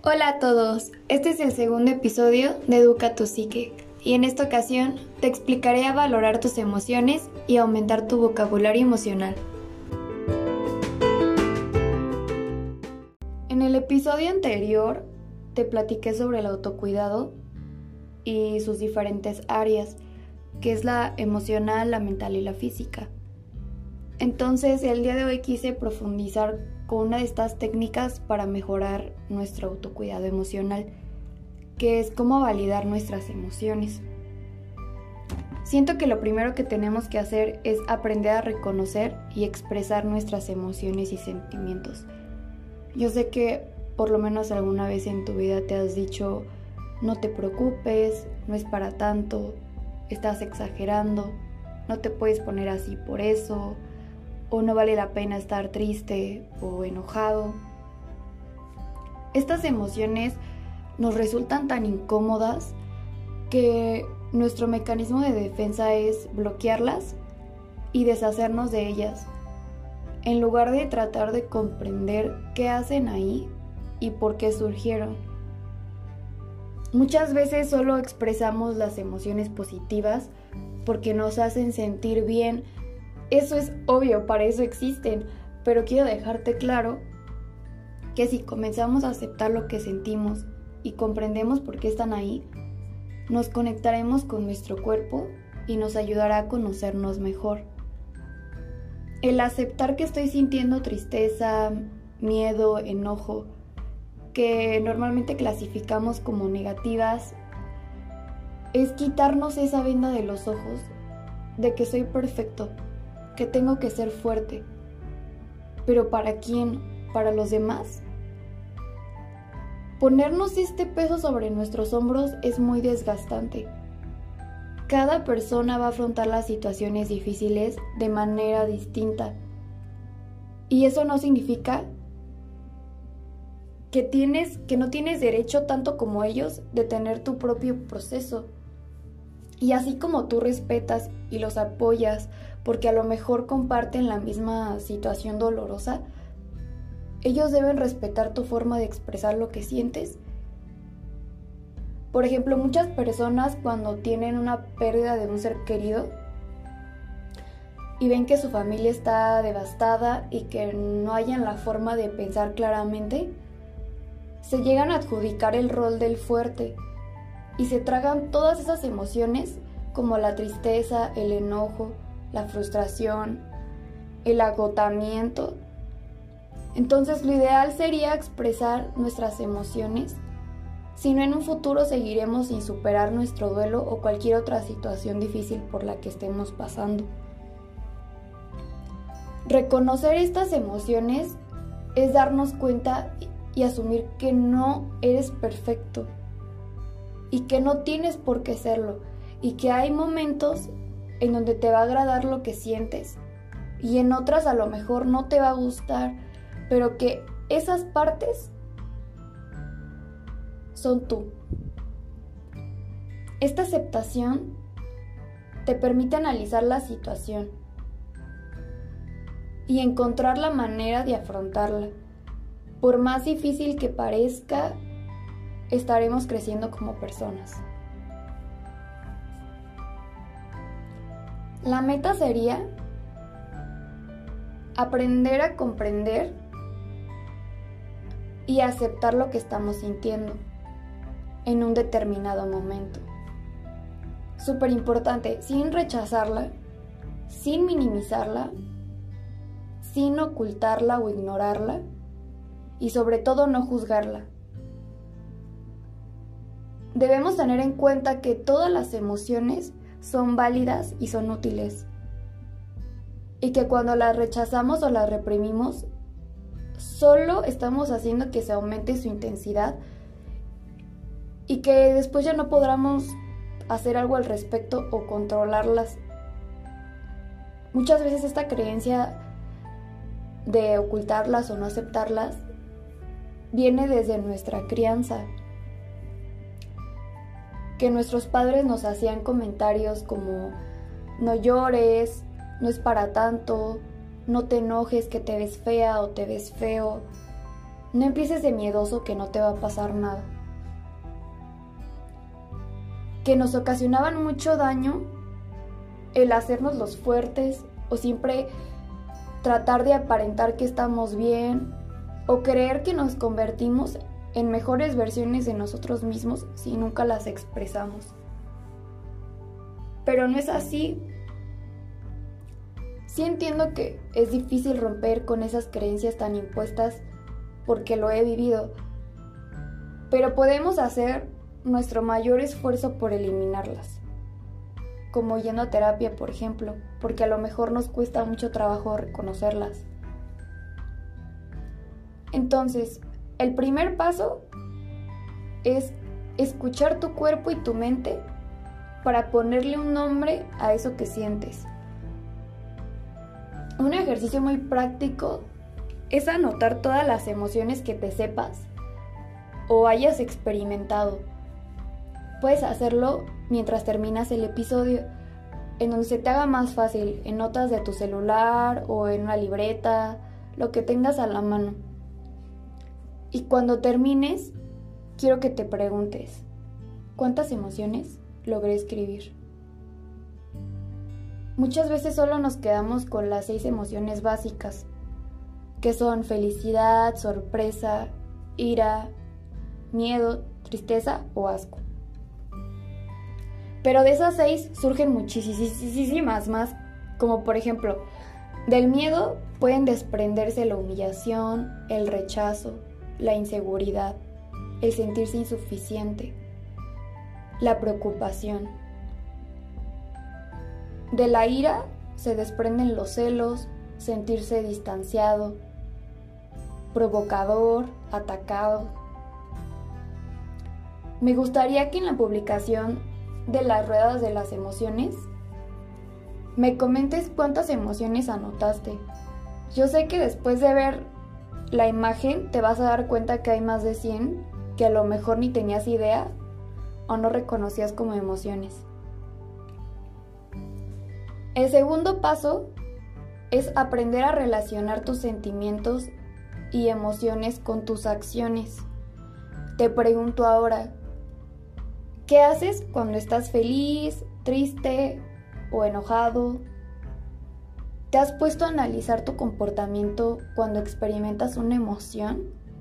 Hola a todos, este es el segundo episodio de Educa tu Psique y en esta ocasión te explicaré a valorar tus emociones y aumentar tu vocabulario emocional. En el episodio anterior te platiqué sobre el autocuidado y sus diferentes áreas, que es la emocional, la mental y la física. Entonces el día de hoy quise profundizar con una de estas técnicas para mejorar nuestro autocuidado emocional, que es cómo validar nuestras emociones. Siento que lo primero que tenemos que hacer es aprender a reconocer y expresar nuestras emociones y sentimientos. Yo sé que por lo menos alguna vez en tu vida te has dicho, no te preocupes, no es para tanto, estás exagerando, no te puedes poner así por eso, o no vale la pena estar triste o enojado. Estas emociones nos resultan tan incómodas que nuestro mecanismo de defensa es bloquearlas y deshacernos de ellas, en lugar de tratar de comprender qué hacen ahí y por qué surgieron. Muchas veces solo expresamos las emociones positivas porque nos hacen sentir bien. Eso es obvio, para eso existen, pero quiero dejarte claro que si comenzamos a aceptar lo que sentimos y comprendemos por qué están ahí, nos conectaremos con nuestro cuerpo y nos ayudará a conocernos mejor. El aceptar que estoy sintiendo tristeza, miedo, enojo, que normalmente clasificamos como negativas, es quitarnos esa venda de los ojos de que soy perfecto, que tengo que ser fuerte. ¿Pero para quién? ¿Para los demás? Ponernos este peso sobre nuestros hombros es muy desgastante. Cada persona va a afrontar las situaciones difíciles de manera distinta. Y eso no significa que no tienes derecho, tanto como ellos, de tener tu propio proceso. Y así como tú respetas y los apoyas porque a lo mejor comparten la misma situación dolorosa, ellos deben respetar tu forma de expresar lo que sientes. Por ejemplo, muchas personas cuando tienen una pérdida de un ser querido y ven que su familia está devastada y que no hayan la forma de pensar claramente, se llegan a adjudicar el rol del fuerte y se tragan todas esas emociones como la tristeza, el enojo, la frustración, el agotamiento. Entonces lo ideal sería expresar nuestras emociones, si no en un futuro seguiremos sin superar nuestro duelo o cualquier otra situación difícil por la que estemos pasando. Reconocer estas emociones es darnos cuenta y asumir que no eres perfecto y que no tienes por qué serlo, y que hay momentos en donde te va a agradar lo que sientes y en otras a lo mejor no te va a gustar, pero que esas partes son tú. Esta aceptación te permite analizar la situación y encontrar la manera de afrontarla. Por más difícil que parezca, estaremos creciendo como personas. La meta sería aprender a comprender y aceptar lo que estamos sintiendo en un determinado momento. Súper importante, sin rechazarla, sin minimizarla, sin ocultarla o ignorarla y sobre todo no juzgarla. Debemos tener en cuenta que todas las emociones son válidas y son útiles, y que cuando las rechazamos o las reprimimos, solo estamos haciendo que se aumente su intensidad y que después ya no podamos hacer algo al respecto o controlarlas. Muchas veces esta creencia de ocultarlas o no aceptarlas viene desde nuestra crianza, que nuestros padres nos hacían comentarios como no llores, no es para tanto, no te enojes que te ves fea o te ves feo, No empieces de miedoso que no te va a pasar nada. Que nos ocasionaban mucho daño el hacernos los fuertes o siempre tratar de aparentar que estamos bien o creer que nos convertimos en mejores versiones de nosotros mismos si nunca las expresamos. Pero no es así. Sí entiendo que es difícil romper con esas creencias tan impuestas porque lo he vivido, pero podemos hacer nuestro mayor esfuerzo por eliminarlas, como yendo a terapia, por ejemplo, porque a lo mejor nos cuesta mucho trabajo reconocerlas. Entonces, el primer paso es escuchar tu cuerpo y tu mente para ponerle un nombre a eso que sientes. Un ejercicio muy práctico es anotar todas las emociones que te sepas o hayas experimentado. Puedes hacerlo mientras terminas el episodio, en donde se te haga más fácil, en notas de tu celular o en una libreta, lo que tengas a la mano. Y cuando termines, quiero que te preguntes, ¿cuántas emociones logré escribir? Muchas veces solo nos quedamos con las 6 emociones básicas, que son felicidad, sorpresa, ira, miedo, tristeza o asco. Pero de esas 6 surgen muchísimas más, como por ejemplo, del miedo pueden desprenderse la humillación, el rechazo, la inseguridad, el sentirse insuficiente, la preocupación. De la ira se desprenden los celos, sentirse distanciado, provocador, atacado. Me gustaría que en la publicación de las ruedas de las emociones me comentes cuántas emociones anotaste. Yo sé que después de ver la imagen te vas a dar cuenta que hay más de 100 que a lo mejor ni tenías idea o no reconocías como emociones. El segundo paso es aprender a relacionar tus sentimientos y emociones con tus acciones. Te pregunto ahora, ¿qué haces cuando estás feliz, triste o enojado? ¿Te has puesto a analizar tu comportamiento cuando experimentas una emoción?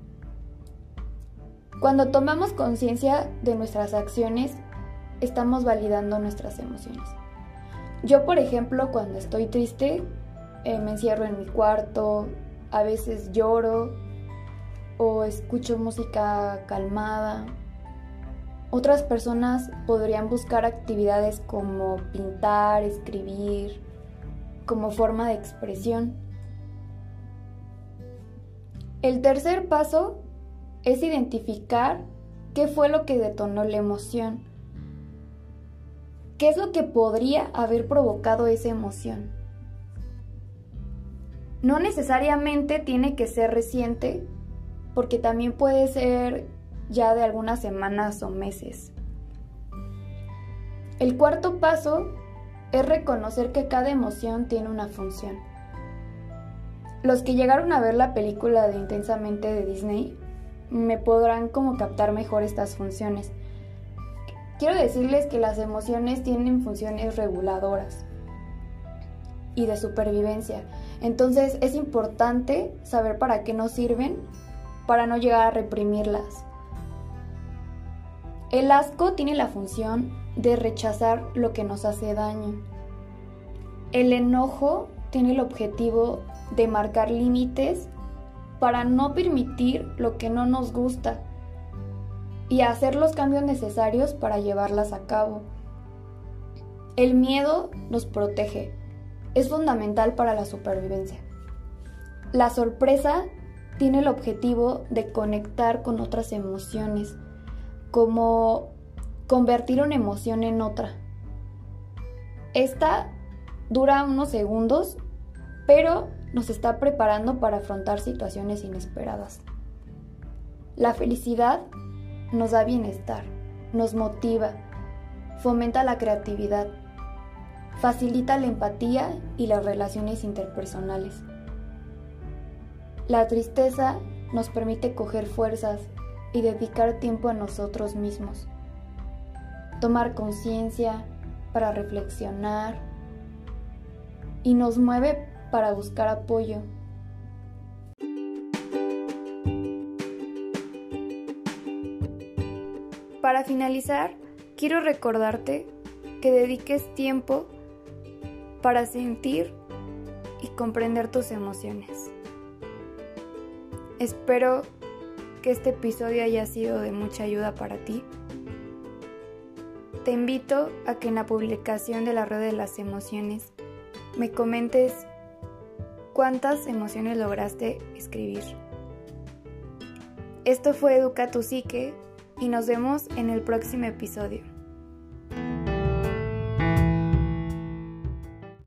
Cuando tomamos conciencia de nuestras acciones, estamos validando nuestras emociones. Yo, por ejemplo, cuando estoy triste, me encierro en mi cuarto, a veces lloro o escucho música calmada. Otras personas podrían buscar actividades como pintar, escribir, como forma de expresión. El tercer paso es identificar qué fue lo que detonó la emoción. ¿Qué es lo que podría haber provocado esa emoción? No necesariamente tiene que ser reciente, porque también puede ser ya de algunas semanas o meses. El cuarto paso es reconocer que cada emoción tiene una función. Los que llegaron a ver la película de Intensamente de Disney me podrán como captar mejor estas funciones. Quiero decirles que las emociones tienen funciones reguladoras y de supervivencia. Entonces es importante saber para qué nos sirven para no llegar a reprimirlas. El asco tiene la función de rechazar lo que nos hace daño. El enojo tiene el objetivo de marcar límites para no permitir lo que no nos gusta y hacer los cambios necesarios para llevarlas a cabo. El miedo nos protege, es fundamental para la supervivencia. La sorpresa tiene el objetivo de conectar con otras emociones, como convertir una emoción en otra. Esta dura unos segundos, pero nos está preparando para afrontar situaciones inesperadas. La felicidad nos da bienestar, nos motiva, fomenta la creatividad, facilita la empatía y las relaciones interpersonales. La tristeza nos permite coger fuerzas y dedicar tiempo a nosotros mismos. Tomar conciencia para reflexionar y nos mueve para buscar apoyo. Para finalizar, quiero recordarte que dediques tiempo para sentir y comprender tus emociones. Espero que este episodio haya sido de mucha ayuda para ti. Te invito a que en la publicación de la Rueda de las Emociones me comentes cuántas emociones lograste escribir. Esto fue Educa tu Psique y nos vemos en el próximo episodio.